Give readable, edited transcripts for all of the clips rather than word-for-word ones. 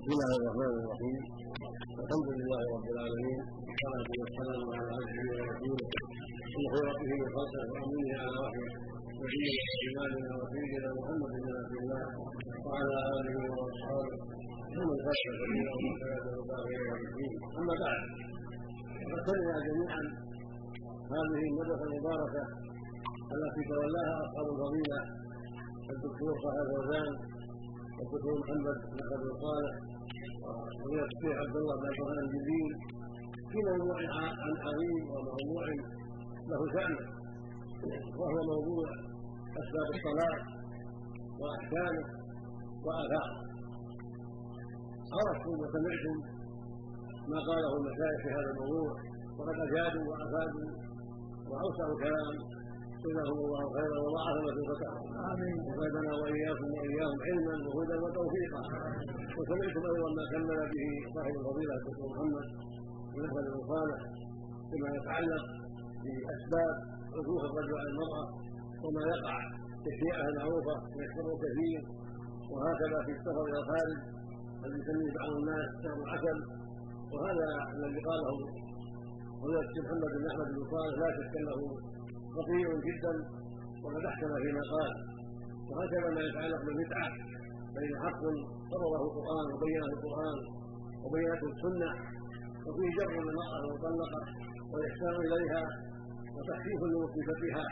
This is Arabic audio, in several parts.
بسم الله الرحمن الرحيم. الحمد لله رب العالمين، والصلاة والسلام على عبده ورسوله وخيرته وخلقه وأمينه على وحيه نبينا وإمامنا وسيدنا محمد بن عبد الله وعلى آله وأصحابه ومن تبع سبيله وسلم وبارك إلى الدين. أما بعد، فقد سمع جميعا هذه المدرسة المباركة التي تولاها أصحاب الفضيلة الدكتور صالح الفوزان والدكتور محمد بن عبد الصالح والشيخ عبد الله بن عبد الجليل في موضوع عظيم وموضوع له شأن، وهو موضوع أسباب الطلاق وأحكامه وآثاره. عرفتم وسمعتم ما قاله المشايخ في هذا الموضوع، وقد أجادوا وأفادوا وأوسعوا الكلام، جزاهم الله خيرا وضاعف مثوبتهم وزادنا واياكم واياهم علما وهدى وتوفيقا. وسمعتم ايضا ما كمل به صاحب الفضيله الدكتور محمد بن احمد بن صالح فيما يتعلق باسباب عزوف الرجل على المراه وما يقع تشريعها المعروفه ويشتر كثير، وهكذا في السفر الى الخارج الذي يسميه بعض الناس شهر العسل. وهذا الذي قاله فضيله الشيخ محمد بن احمد بن صالح لا شك انه خطير جدا، وقد احسن فيما قال. وهكذا ما يتعلق بالبدعه بين حق قرره القران وبينه القران وبينته السنه، وفيه جر للمراه المطلقه والاحسان اليها وتخفيف لمصيبتها.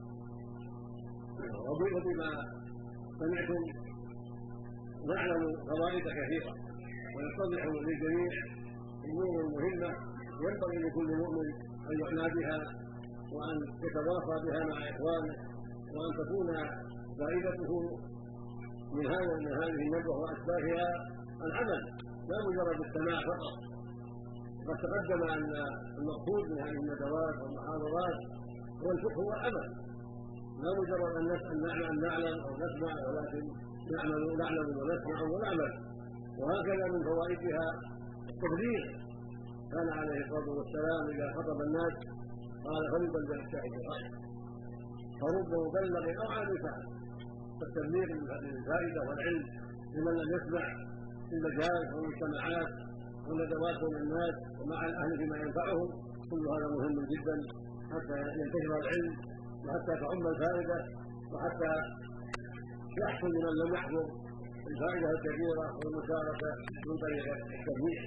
وبما سمعتم نعلم فوائد كثيره، ويتضح للجميع امور مهمه ينبغي لكل مؤمن ان يعنى بها وأن يتواصى بها مع إخوانه، وأن تكون فائدته من هذه الندوة وأسبابها العمل لا مجرد السماع فقط. وقد تقدم أن المقصود من هذه الندوات والمحاضرات هو الفقه والعمل، لا مجرد أن نعلم أو نسمع، ولكن نعلم ونسمع ونعمل. وهكذا من فوائدها التبليغ. كان عليه الصلاة والسلام إذا خطب الناس قال فليبلغ الشاهد الغائب، فرب مبلغ او عام فعل. فالتبليغ من هذه الفائده والعلم لمن لم يسمع في المجالس والمجتمعات والندوات بين الناس ومع الاهل فيما ينفعهم، كل هذا مهم جدا حتى ينتشر العلم وحتى تعم الفائده وحتى يحصل لمن لم يحضر الفائده الكبيره والمشاركه من طريق التبليغ.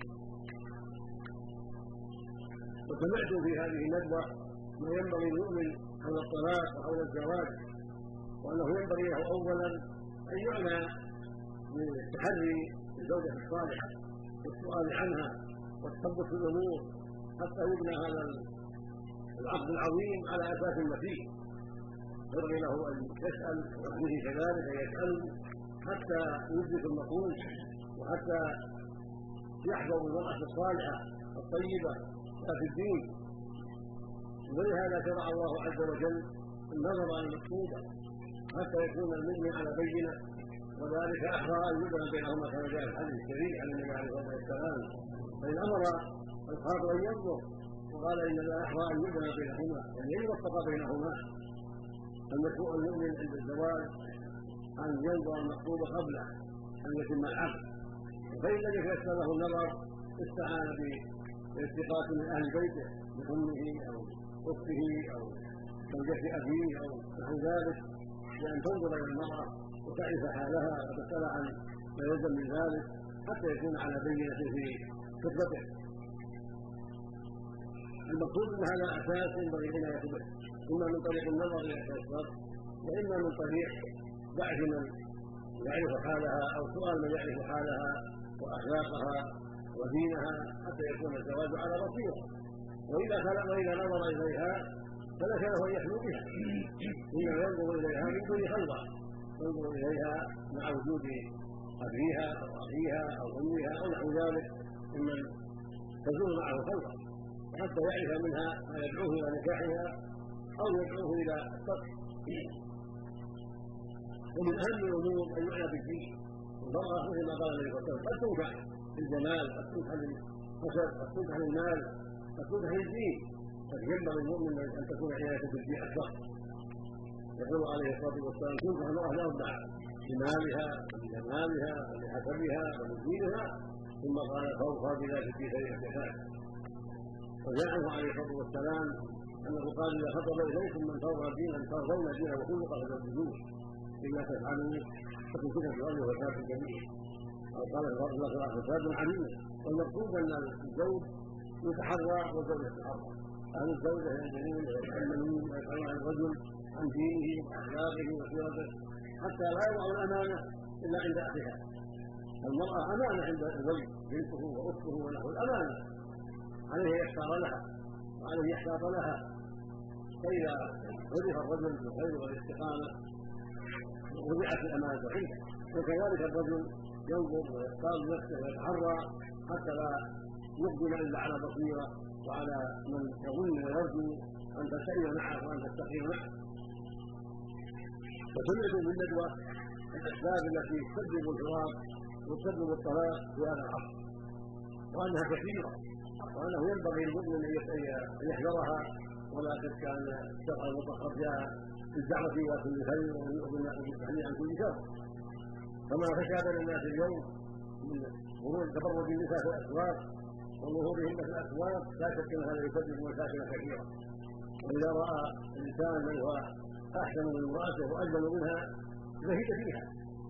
وسمعت في هذه الندوة ما ينبغي المؤمن حول الطلاق وحول الزواج، وأنه ينبغي له أولا أن يعنى بالتحري بالزوجة الصالحة والسؤال عنها والتثبت في الأمور حتى يبنى هذا العقد العظيم على أساس متين. ينبغي له أن يسأل وأهله كذلك أن يسألوا حتى يدرك المطلوب، وحتى يحظى بالمرأة الصالحة الطيبة في الدين. ولهذا شرع الله عز وجل النظر على المقصودة حتى يكون المؤمن على بينه، وذلك احرى ان يبنى بينهما كما جاء في الحديث الشريف عن النبي عليه الصلاه والسلام. فان امر الخاطب ان ينظر وقال ان لا احرى ان يبنى بينهما، يعني ان وفق بينهما. فالمشروع المؤمن عند الزواج ان ينظر المقصود قبله ان يتم العقد، فان لم يتيسر له النظر استعان بالاستقاة من أهل بيته من أمه أو أخته أو زوجة أبيه أو نحو ذلك، بأن تنظر إلى المرأة وتعرف حالها وتسأل عن ما يلزم من ذلك حتى يكون على بينة في خطبته. المقصود من هذا أساس ينبغي عناية به، إما من طريق النظر إلى الشرط، وإما من طريق بعث من يعرف حالها أو سؤال من يعرف حالها وأخلاقها ودينها حتى يكون الزواج على بصيرة. وإذا نظر إليها فليس له أن يخلو بها، إنما ينظر إليها من دون خلوة، ينظر إليها مع وجود أبيها أو أخيها أو أمها أو نحو ذلك ممن تزول معه خلوة، حتى يعرف منها ما يدعوه إلى نكاحها أو يدعوه إلى الطلق. ومن أهم الأمور أن يعنى بالدين. المرأة مثل ما قال النبي صلى الله عليه وسلم قد تنكح بالجمال، قد تنكح للحسب، قد تنكح للمال، قد تنكح للدين. فينبغي المؤمن ان تكون عنايته بالدين اكثر. يقول عليه الصلاه والسلام تنكح المراه لاربعه: لمالها ولجمالها ولحسبها ولدينها، ثم قال فوقها بذات في شريعه ذلك. وجاء عنه عليه الصلاه والسلام انه قال اذا خطب اليكم من ترضى دينا ترضون دينه وخلقه فزوجوه، الا تفعلوا فكن فتنه في الارض وفساد كبير. او قال الله فساد عميم. والمقصود ان الزوج يتحرى والزوج يتحرى. اهل الزوجه ينزلون ويتاملون ويسالون عن الرجل عن دينه واخلاقه وسيرته حتى لا يضع الامانه الا عند اهلها. المراه امانه عند الزوج، بنته واخته ونحو الامانه، عليه يختار لها وعليه يحتاط لها. فاذا عرف الرجل بالخير والاستقامه وضعت الامانه عنده. وكذلك الرجل ينظر ويختار نفسه ويتحرى حتى لا يقدم الا على بصيره وعلى من يظن ويرجو ان تستعين معه وان تستقيم معه. فسمعت بالندوه الاسباب التي تسبب الفراق وتسبب الطلاق في هذا العصر، وانها كثيره، وانه ينبغي للمؤمن ان يحذرها، ولا شك ان الشرع المطهر جاء بالدعوه الى كل خير ويؤمن بالتحذير عن كل شر. فما فشى بين الناس اليوم من ظهور تبرج النساء في الاسواق وظهورهن في الاسواق لا شك ان هذا يسبب مشاكل كثيره. واذا راى الانسان من هو احسن من امراته واجمل منها زهد فيها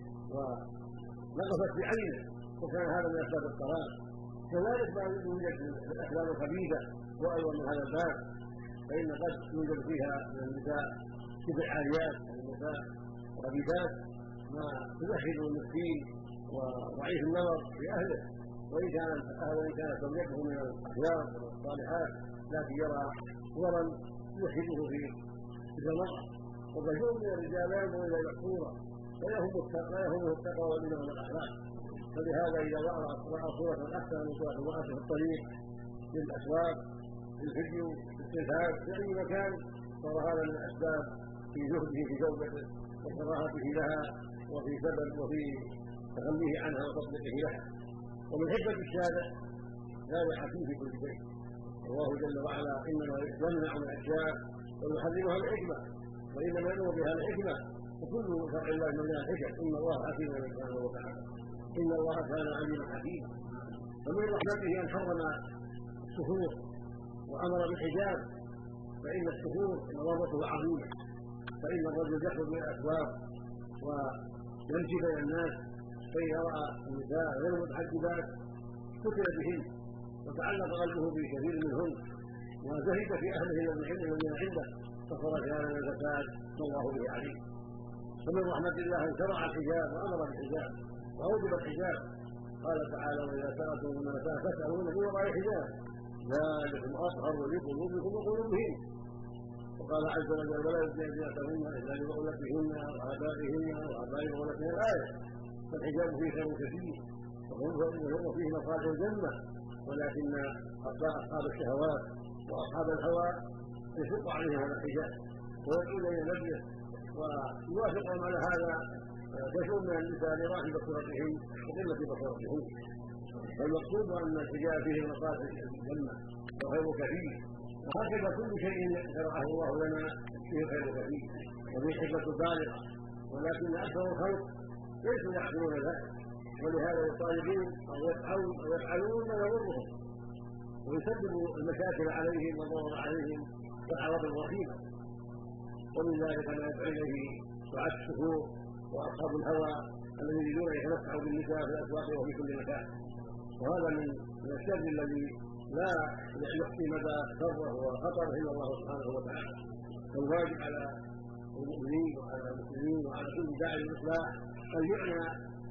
ونقصت بعينه، وكان هذا من اسباب الطلاق. كذلك ما يوجد في الاحلام الخبيثه وايضا من هذا الباب، فان قد يوجد فيها من النساء شبه عاريات، النساء خبيثات ما تزهد المسكين وضعيف النظر في اهله، وان كانت زوجته من الاخيار والصالحات لكن يرى صورا يوحده في تلك المراه. وكثير من الرجال لا ينظر الى المحصوره لا يهمه التقوى والايمان والاخلاق. فلهذا اذا راى صوره احسن من صوره المراه في الطريق في الاسواق في الفيديو في التلفاز في اي مكان صار هذا من الاسباب في زهده في زوجته وكراهته لها وفي سبب وفي تخليه عنها وتطلقه لها. ومن حكمه الشارع لا يحكم في كل شيء. الله جل وعلا انما يمنع من الاشياء ويحرمها الحكمه، وانما يامر بها الحكمه، وكل شرع الله مبني على الحكم. ان الله حكيم سبحانه وتعالى، ان الله كان عليما حكيما. فمن رحمته ان حرم السفور وامر بالحجاب، فان السفور مضرته عظيمه. فان الرجل يخرج من الاسواق ويمشي بين الناس، فاذا راى النساء غير متحجبات فتن بهن وتعلق قلبه بكثير منهن وزهد في اهله الذين عنده، فصار في هذا من الفساد والله به عليم. فمن رحمه الله ان شرع الحجاب وامر بالحجاب واوجب الحجاب. قال تعالى واذا سالتم من المساء فاسالون من وراء حجاب ذلكم اطهر لقلوبكم وقلوبهم. وقال عز وجل ولا يزنينهن الا لبعولتهن وابائهن واباء بعولتهن الايه. فالحجاب فيه خير كثير وفيه مصالح الجنه، ولكن اصحاب الشهوات واصحاب الهوى يشق عليهم هذا الحجاب ويدعون الى نبيه ويوافقهم على هذا كثير من النساء لراحه بصيرتهم وقله بصيرتهم. فالمقصود ان الحجاب فيه مصالح الجنه وخير كثير، وهكذا كل شيء شرعه الله لنا فيه خير كثير وفيه حكمه بالغه، ولكن اكثر الخلق ليسوا يعقلون ذلك، ولهذا يطالبون او يفعلون ما يضرهم ويسبب المشاكل عليهم والضرر عليهم والعوارض الرخيمه. ومن ذلك ما يدعو اليه دعاة السفور واصحاب الهوى الذين يريدون ان يتمتعوا بالنساء في الاسواق وفي كل مكان، وهذا من الشر الذي لا يحصي مدى شره وخطره الا الله سبحانه وتعالى. فالواجب على المؤمنين وعلى المسلمين وعلى كل داعي للاصلاح ان يعنى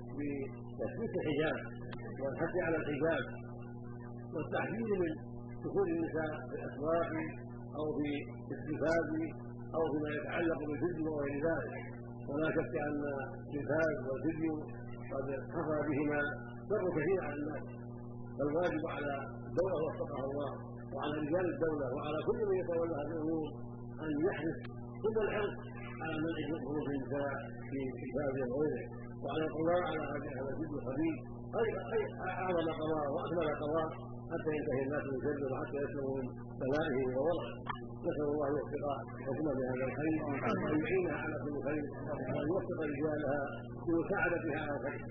بتثبيت الحجاب والحث على الحجاب والتحذير من دخول النساء في الاسواق او في التلفاز او فيما يتعلق بالفيديو وغير ذلك. ولا شك ان التلفاز والفيديو قد حصل بهما شر كثير على الناس. فالواجب على الدوله وفقها الله وعلى رجال الدوله وعلى كل من يتولى هذه الامور ان يحرص كل الحرص على منع خروج النساء في التلفاز وغيره، وعلى القضاء على هذا الفيديو الخبيث اعظم قضاء واكمل قضاء حتى ينتهي الناس من شره وحتى يسلموا من بلائه ووضعه. نسال الله ان يوفق حكمه بهذا الخير وان يعينها على كل خير وان يوفق رجالها بمساعدتها على الخير.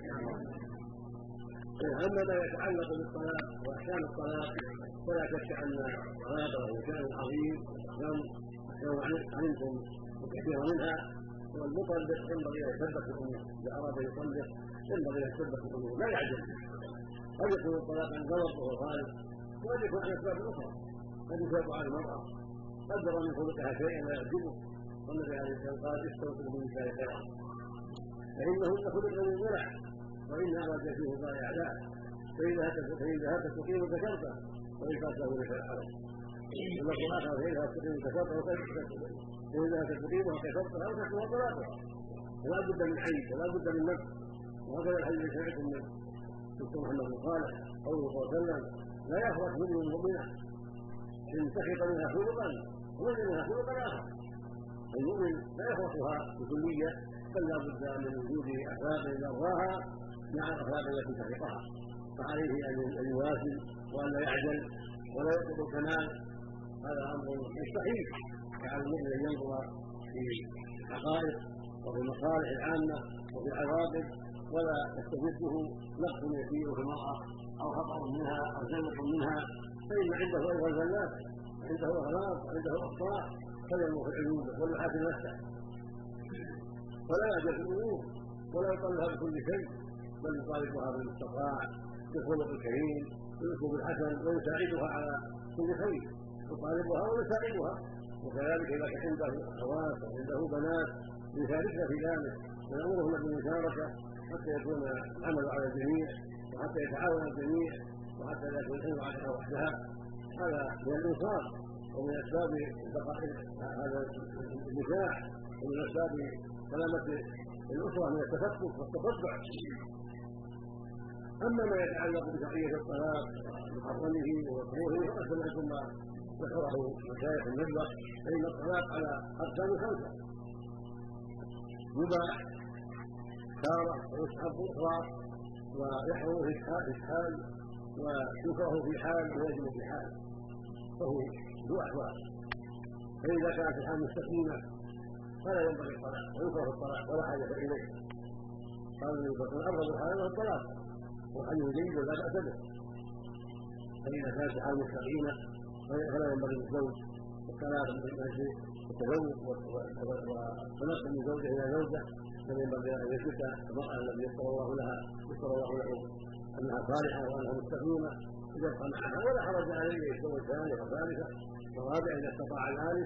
اما ما يتعلق بالصلاه واحكام الصلاه فلا شك ان الصلاه له شان عظيم لو علمتم كثيرا منها. والمطلق ينبغي ان يثبت الامور، اذا اراد ان يطلق ينبغي ان يثبت الامور لا يعجل. قد يكون الطلاق عن غلط وهو غالب، وقد يكون عن اسباب اخرى قد يشاق على المراه قدر من خلقها شيئا لا يعجبه. والنبي عليه الصلاه والسلام قال استوصوا بالنساء خيرا فانهن خلقن من ضلع وان اراد فيه ضائع لا فاذا هات تقيم كشرطه وان فاته لك الحرج. واللفظ الاخر فاذا تقيم كشرطه فاذا تقيمها كشرطه او تكون طلاقها. ولا بد من عيب ولا بد من نفس. وهكذا الحديث سمعتم من دكتور محمد بن صالح قوله صلى الله عليه وسلم لا يفرق مؤمن مؤمنه ان سخط منها خلقا ومن منها خلقا اخر. المؤمن لا يفرقها بكليه بل لا بد من وجود اخلاق يرضاها مع الاخلاق التي تفرقها. فعليه ان يوازن وان لا يعجل ولا يطلب الكمال. هذا امر مستحيل على المؤمن ان ينظر في حقائق وفي المصالح العامه وفي العواقب ولا يستفزه نقص يسير في المراه او خطا منها او زلة منها، فان عنده ايضا زلات عنده اغلاط عنده اخطاء فلينظر في العيوب وليحاسب نفسه ولا يعجل في الامور ولا يطلبها بكل شيء بل يطالبها بالمستطاع بالخلق الكريم بالاسلوب الحسن ويساعدها على كل خير يطالبها ويساعدها. وكذلك اذا كان عنده اخوات وعنده بنات يشاركن في ذلك ويامرهن بالمشاركه حتى يكون العمل على الجميع وحتى يتعاون الجميع وحتى لا يكون الحمل عليها وحدها. هذا من الانصاف ومن اسباب بقاء هذا النزاع ومن اسباب سلامه الاسره من التفكك والتطبع. اما ما يتعلق بشرعيه الطلاق ومحرمه ومكروهه فقد سمعتم ما ذكره مشايخ الندوه فان الطلاق على اقسام خمسه: يباح كاره ويسحب اخرى ويحرم في حال ويكره في حال ويجب في حال، فهو ذو احوال. فاذا كانت الحال مستقيمه فلا ينبغي الطلاق ويكره الطلاق ولا حاجه اليه. قال الافضل الحال وهو الطلاق وحديث جيد ولا باس به. فاذا كانت الحال مستقيمه فلا ينبغي للزوج الطلاق من اجل التزوج والتنقل من زوجه الى زوجه، بل ينبغي ان يثبت المراه التي يسر الله له انها صالحه وانها مستقيمه يبقى معها ولا حرج عليه يتزوج ثانيه وثالثه ورابعه اذا استطاع الالف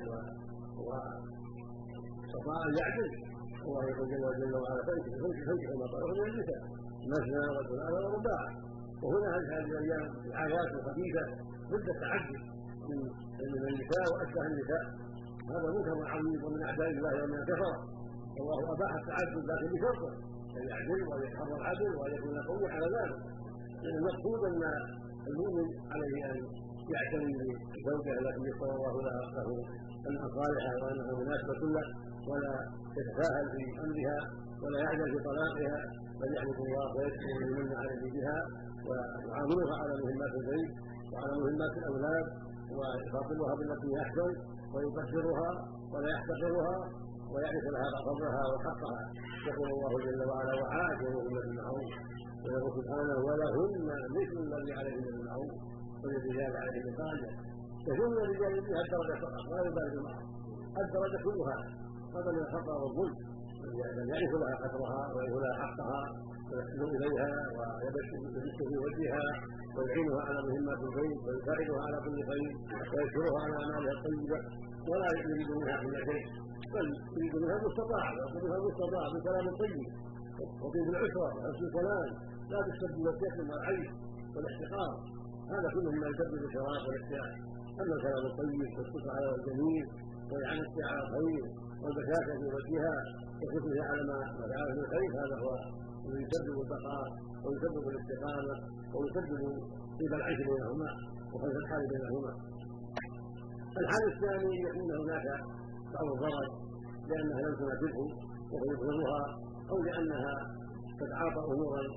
واستطاع ان يعدل. الله يقول جل وعلا فانكحوا ما طلب من النساء مثنى وثلاث ورباع. وهنا هذه الايام العادات الخبيثه ضد التعدد من النساء واشبه النساء. هذا منكر عظيم ومن اعداء الله ومن الكفره. والله اباح التعدد لكن بشرطه ان يعدل وان يتحرى العدل وان يكون قوي على ذلك. لان المقصود ان المؤمن عليه ان يعتني بالزوجه التي يسر الله له انها صالحه وانها مناسبه له ولا يتساهل في امرها ولا يعجل في طلاقها بل يحمد الله ويشكر لمن عليه بها ويعاملها على مهمات البيت وعلى مهمات الاولاد ويخاطبها بالتي هي احسن ويقدرها ولا يحتقرها ويعرف لها فضلها وحقها. يقول الله جل وعلا وعاشروهن بالمعروف ويقول سبحانه ولهن مثل الذي عليهن بالمعروف وللرجال عليهن درجه. كثير من الرجال فيها الدرجه فقط ولا يبالغ بالمعروف، الدرجه كلها هذا من الخطا والظلم. يعرف لها قدرها ويعرف لها حقها ويحسن اليها ويبش في وجهها ويعينها على مهمات البيت ويساعدها على كل خير ويشكرها على اعمالها الطيبه ولا يريد منها كل شيء بل يريد منها المستطاع ويطلب منها المستطاع بكلام طيب وطيب العشره وحسن الكلام لا بالسب والشتم والعيش والاحتقار. هذا كله مما يسبب الشراك والاحتياج. اما الكلام الطيب والشكر على الجميل والاعانه على الخير والبشاشه في وجهها وشكرها على ما فعله من الخير هذا هو الذي يسبب البقاء ويسبب الاستقامه ويسبب طيب العيش بينهما وخير الحال بينهما. الحال الثاني يكون هناك بعض الضرر لانها لم تناسبه وهو يظلمها او لانها تتعاطى امورا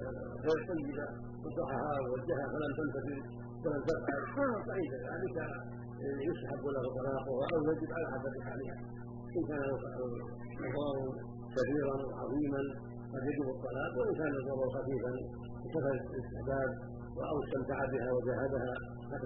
غير طيبه نصحها ووجهها فلم تنتبه ولم تفعل فعند ذلك يسحب له طلاقها او يجب على حسب حالها. ان كان الضرر كثيرا عظيما قد يجب الطلاق، وان كان الضرر خفيفا كفى الاستحباب او استمتع بها وجاهدها حتى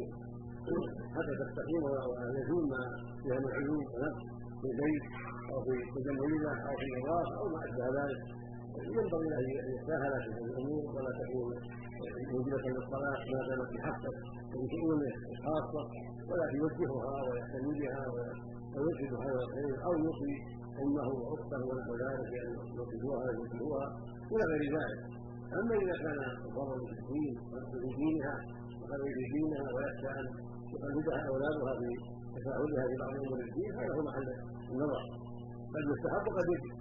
تستقيم ويزول ما فيها من عيوب ونقص في البيت او في الجمعيه او في النظافه او ما اشبه ذلك. ينبغي ان يتساهل في هذه الامور ولا تكون موجبه للطلاق ما دامت بحقه وفي شؤونه الخاصه، ولا يوجهها ويهتم بها ويرشد هذا الخير او يوصي امه واخته ونحو ذلك بان يوجهوها ويوجهوها الى غير ذلك. اما اذا كان الضرر في الدين وفي دينها وغير في دينها ويخشى ان يقلدها اولادها في تفاعلها في بعض امور الدين هذا هو محل النظر، قد يستحب وقد يجب.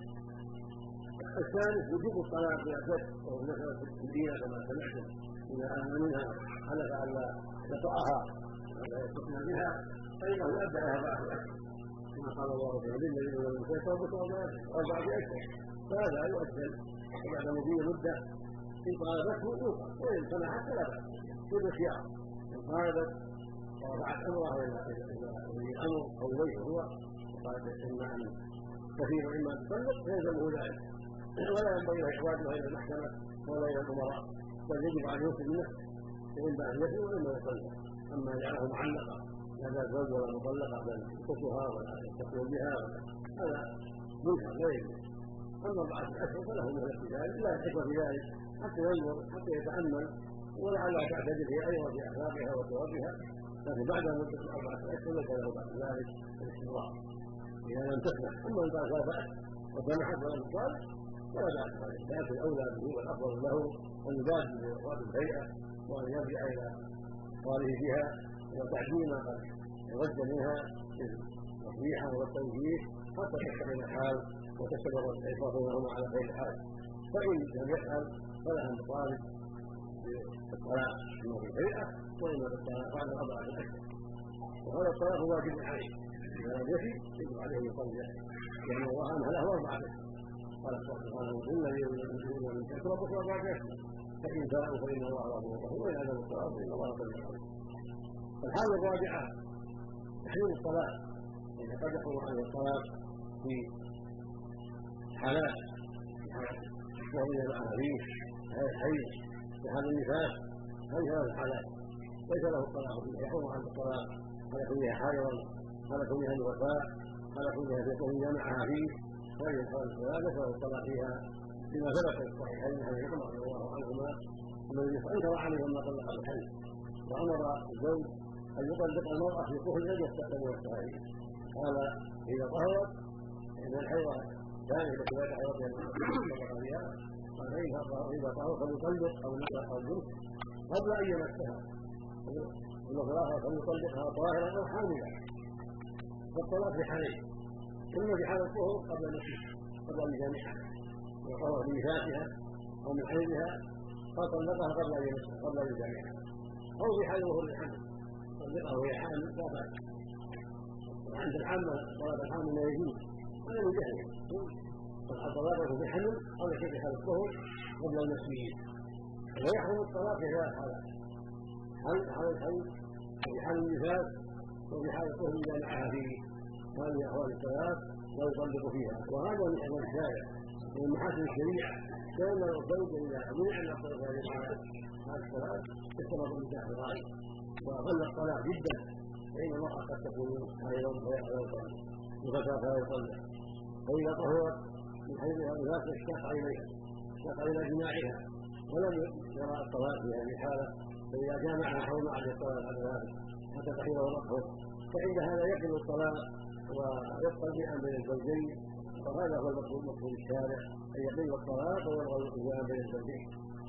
الثالث وجوب الطلاق بأسد وهو نشرت في الدين كما سمعتم إذا أمن منها حلف ألا يطأها ولا يستثنى بها فإنه يؤدى لها بعد الأشهر كما قال الله تعالى الذين لم يتوبوا أربعة أشهر، فهذا يؤجل وبعد مضي مدة إن طالبته يوقف وإن سمحت فلا بأس كل خيار. إن طالبت ورفعت أمرها إلى ولي الأمر أو إليه هو وقالت إما أن كثير مما تطلق فيلزمه ذلك، ولا ينبغي إخراجها إلى المحكمة ولا إلى الأمراء، بل يجب أن يوصي منه فإما أن يفي وإما يطلق. أما جعله معلقة لا تزوج ولا مطلقة بل يقصها ولا يستقبل بها هذا منكر لا يجوز. أما بعد الأشهر فله من الاحتجاج لا الحكمة في ذلك حتى ينظر حتى يتأمل ولعلها تعتدل هي أيضا في أخلاقها وثوابها، لكن بعد مدة 4 أشهر ليس له بعد ذلك الاستمرار إذا لم تسمح. أما إن قال فأت وسمحت ولم تصالح فلا بأس عليه، لكن الأولى به والأفضل له أن يبادر بإخراج الهيئة وأن يرجع إلى قاله بها وتعديل ما قد يرد منها بالتصريح والتوجيه حتى تستقيم الحال وتستمر العلاقة بينهما على خير حال. فإن لم يفعل فلها أن تطالب بالطلاق إما في الهيئة وإما بالطلاق بعد 4 أشهر، وهذا الطلاق واجب عليه إذا لم يفي يجب عليه أن يطلق لأن الله أمهله 4 أشهر. قال سبحانه الذي يؤمنون من تتربص 4 أشهر فإن فاءوا فإن الله غفور رحيم وإن عدم الطلاق فإن الله غفور رحيم. الحالة الرابعة تحريم الطلاق، إذا قد يحرم عنه الطلاق في حالات وهي الأعراض حي في حال النفاس هذه 3 حالات ليس له الطلاق فيها، يحرم عنه الطلاق على كونها حائضا على كونها الوفاء على كونها في قوم جمعها فيه، هذه الحالات ليس له الطلاق فيها بما ثبت في الصحيحين عن عمر رضي الله عنهما الذي انكر عليهم ما طلق الحي وامر الزوج ان يطلق المراه في طهر الذي يستخدم الصحيح. قال اذا طهرت ان الحيض ثاني بكذلك حيض طلق بها، قال اذا طهرت فليطلق او نكح او جنس قبل ان يمسها، والمراه فليطلقها طاهرا او حاملا. فالطلاق في حالين، اما في حال الطهر قبل المسيح قبل ان يجامعها وطهر بنفاسها او من حيضها فطلقها قبل ان يمسها قبل ان يجامعها، او في حال ظهور الحمل طلقها وهي حامل لا بأس. وعند العامة طلاق الحامل لا يجوز هذا من جهله، فالطلاق في الحمل او في حال الطهر قبل المسيح. ويحرم الطلاق في 3 حالات: حال الحمل وفي حال النفاس وفي حال الطهر جامعها فيه. هذه احوال 3 لا يطلق فيها، وهذا من حكم الشارع ومن محاسن الشريعه، لان الزوج اذا منع ان يطلق هذه الحالات هذه 3 يستمر النكاح بغير وغل الطلاق جدا، فان المراه قد تكون حائضا فلا يطلق وفتاه فلا يطلق، فاذا طهرت من حيضها ونفاسها اشتاق الى جماعها ولم يرى الطلاق في هذه الحاله، فاذا جامعها حرم عليه الطلاق على ذلك حتى تحيض ونطهر، فعند هذا يقل الطلاق ويبقى الجماع بين الزوجين، وهذا هو المقصود الشارع ان يقل الطلاق ويلغى الجماع بين الزوجين.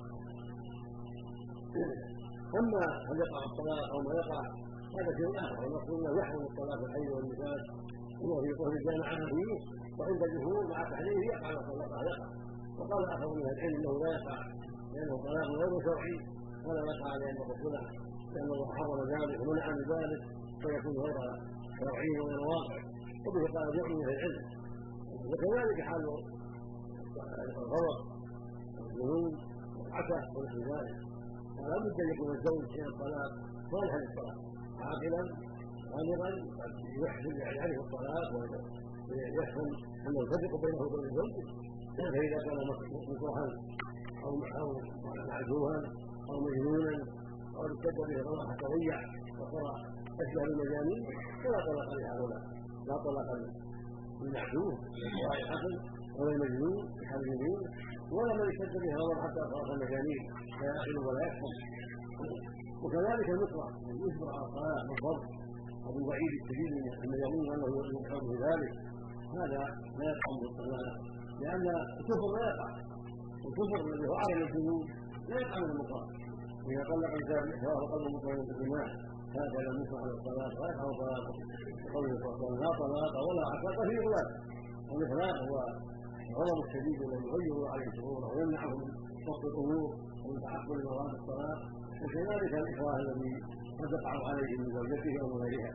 اما هل يقع الطلاق او ما يقع هذا شيء اخر، المقصود انه يحرم الطلاق في الحي والنفاس وهو في طهر جامعها فيه، وعند الجمهور مع تحريمه يقع الطلاق يقع. وقال اخر من العلم انه لا يقع لانه طلاق غير شرعي، ولا يقع لانه رسوله لان الله حرم ذلك ومنع من ذلك فيكون غير شرعي وغير واقع، وبه قال جمع من العلم. وكذلك حال الغضب والجنون والعسى ونحو ذلك. فلا بد ان يكون الزوج حين الطلاق صالحا للطلاق عاقلا بالغا قد يحسن يعرف الطلاق ويفهم انه يفرق بينه وبين زوجه. فاذا كان مكروها او معزوها او مجنونا او ارتد به طلاقه قويه وصار اشبه بالمجانين فلا طلاق لهؤلاء، لا طلاق للمعزوه ولا الحسن ولا المجنون بحال اليمين ولا من اشتد به غضب حتى صار المجانين لا يعقل ولا يفهم. وكذلك المكره الذي يجبر على الصلاه بالضبط او بالوعيد الشديد من يظن انه يقع بذلك هذا لا يقع من الصلاه، لان الكفر لا يقع، الكفر الذي هو اعظم الذنوب لا يقع من المكره. اذا طلق الانسان احداه قلب مطمئن بالايمان هكذا المكره على الصلاه لا يقع صلاته. وقوله صلى الله عليه وسلم لا طلاق ولا عقاق في اغلاق. والاغلاق هو الغضب الشديد الذي يغير عليه شعوره ويمنعه من ضبط الامور ومن تعقل مراد الصلاه، وكذلك الاكراه الذي قد يقع عليه من زوجته او من غيرها.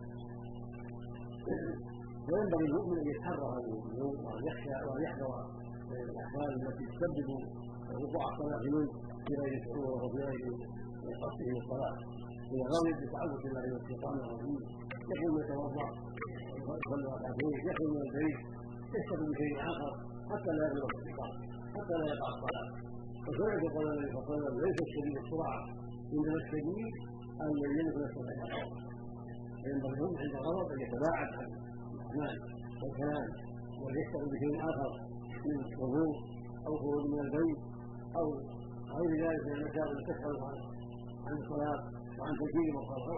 وينبغي المؤمن ان يتحرى هذه الامور وان يخشى وان يحذر الاحوال التي تسبب وقوع الطلاق منه في غير شعوره وفي غير قصده الصلاه. اذا غضب بتعوذ الله من الشيطان الرجيم يكون يتوضا ويصلي ركعتين، يكون من البيت يشتغل بشيء اخر حتى لا يغلب الشيطان حتى لا يقع الصلاه. وكذلك قال النبي صلى الله عليه وسلم ليس الشديد السرعه انما الشديد ان يملك نفسه عند الغضب. فينبغي لهم عند الغضب ان يتباعد عن الرحمن والكلام وليشتغل بشيء اخر من وضوء او خروج من البيت او غير ذلك من الاشياء التي تشغل عن الصلاه وعن تجديد مصالحه.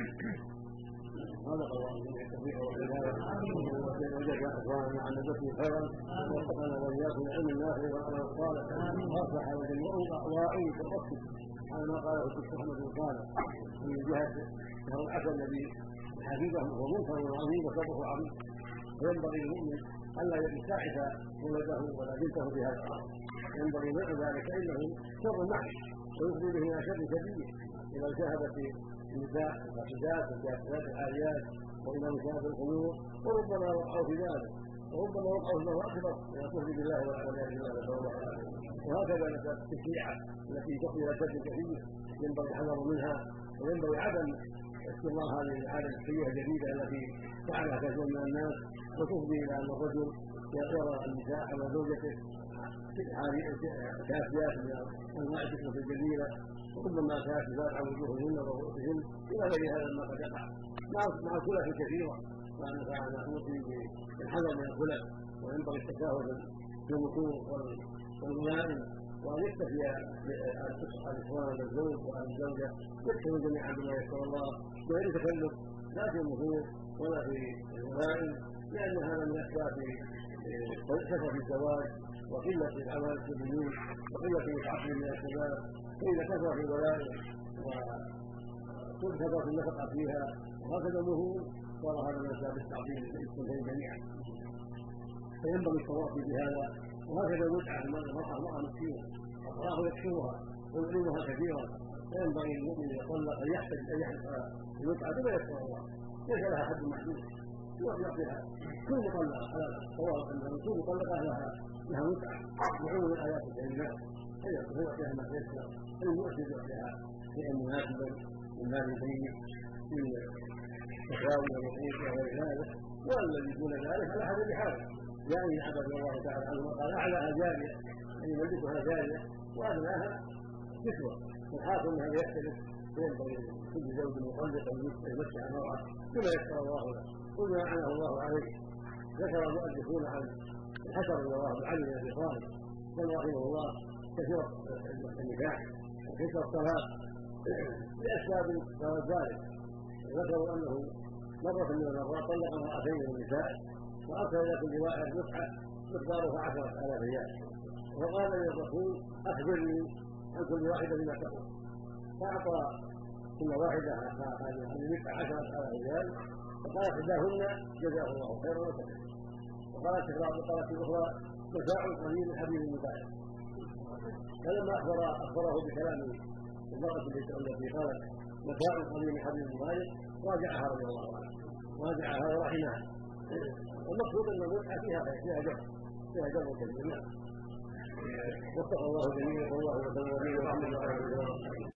هذا قال الله جل التوفيق والهدايه وجزاك يا اخواننا عن نجاتهم خيرا ووفقنا واياكم لعلم النافع وعمل الصالح واصلح واعين الرشد على ما قاله الشيخ احمد بن صالح من جهه شهر العسل الذي حفيظه هو منكر عظيم وسببه عظيم. وينبغي للمؤمن الا يساعد ولده ولا بنته في هذا الامر، ينبغي منع ذلك انه شر محض ويفضي به الى شر كبير الى مشاهده النساء الفاسدات والجاهلات العاريات والى مشاهده الخمور وربما وقعوا في ذلك وربما وقعوا له اكبر من الكفر بالله والعياذ بالله نسال الله العافيه. وهكذا التشريعه التي تقضي الى شر كثير ينبغي الحذر منها وينبغي عدم استمرار هذه العاده السيئه الجديده التي فعلها كثير من الناس وتفضي الى ان الرجل يرى النساء على زوجته كافيات من انواع الفتنه الجميله وربما كاشفات عن وجوههن ورؤوسهن الى غير هذا ما قد يقع مع الخلف الكثيره، وان نوصي بالحذر من الخلف وينبغي التساهل في النصوص والغنائم وان يكتفي الاخوان والزوج واهل الزوجه يكتفوا جميعا بما يسر الله بغير تكلف لا في النصوص ولا في الغنائم، لان هذا من اسباب كثره الزواج وقله العمل في البيوت وقله العقل من الشباب. فإذا كثر في الولاء وكثرت النفقة فيها وهكذا النهوض صار هذا من أسباب التعظيم للإنسان جميعا. فينبغي التواصي بهذا. وهكذا المتعة المرأة مسكينة الله يكسرها ويعلمها كثيرا، فينبغي للمؤمن إذا طلق أن يحتج أن يحفظ المتعة بما يسر الله، ليس لها حد محدود يعطيها كل مطلقة حلالا سواء أن كل مطلقة لها متعة بعموم الآيات الكريمات فهي يعطيها ما تيسر، المؤسس يعطيها شيئا مناسبا من مال البيت من تساوي ومقيت وغير ذلك، والذي دون ذلك على حسب حاله. يعني عبد الله تعالى عنه قال اعلاها جاريه ان يملكها جاريه وادناها كسوه، والحاصل انها يختلف. فينبغي كل زوج مطلق ان يمتع المراه بما يسر الله له وما اعنه الله عليه. ذكر المؤلفون عن الحسن رضي الله عنه من ابي طالب قال رحمه الله كثير النكاح وكثير الطلاق لاسباب سبب ذلك. ذكروا انه مرة من المرات طلق امرأتين من النساء وارسل الى كل واحد متعة مقدارها 10,000 ريال، وقال للرسول اخبرني عن كل واحدة بما تقول، فاعطى كل واحدة هذه المتعة 10,000 ريال، فقالت احداهن جزاه الله خيرا وسلم، وقالت الاخرى متاع قليل حبيب مبارك. فلما اخبره بكلام المرأة التي قالت متاع قليل حبيب مبارك راجعها رضي الله عنه، راجعها ورحمها. المقصود ان المتعه فيها جر كبير. وفق الله جميعا والله وسلم وبارك على محمد وعلى اله وصحبه.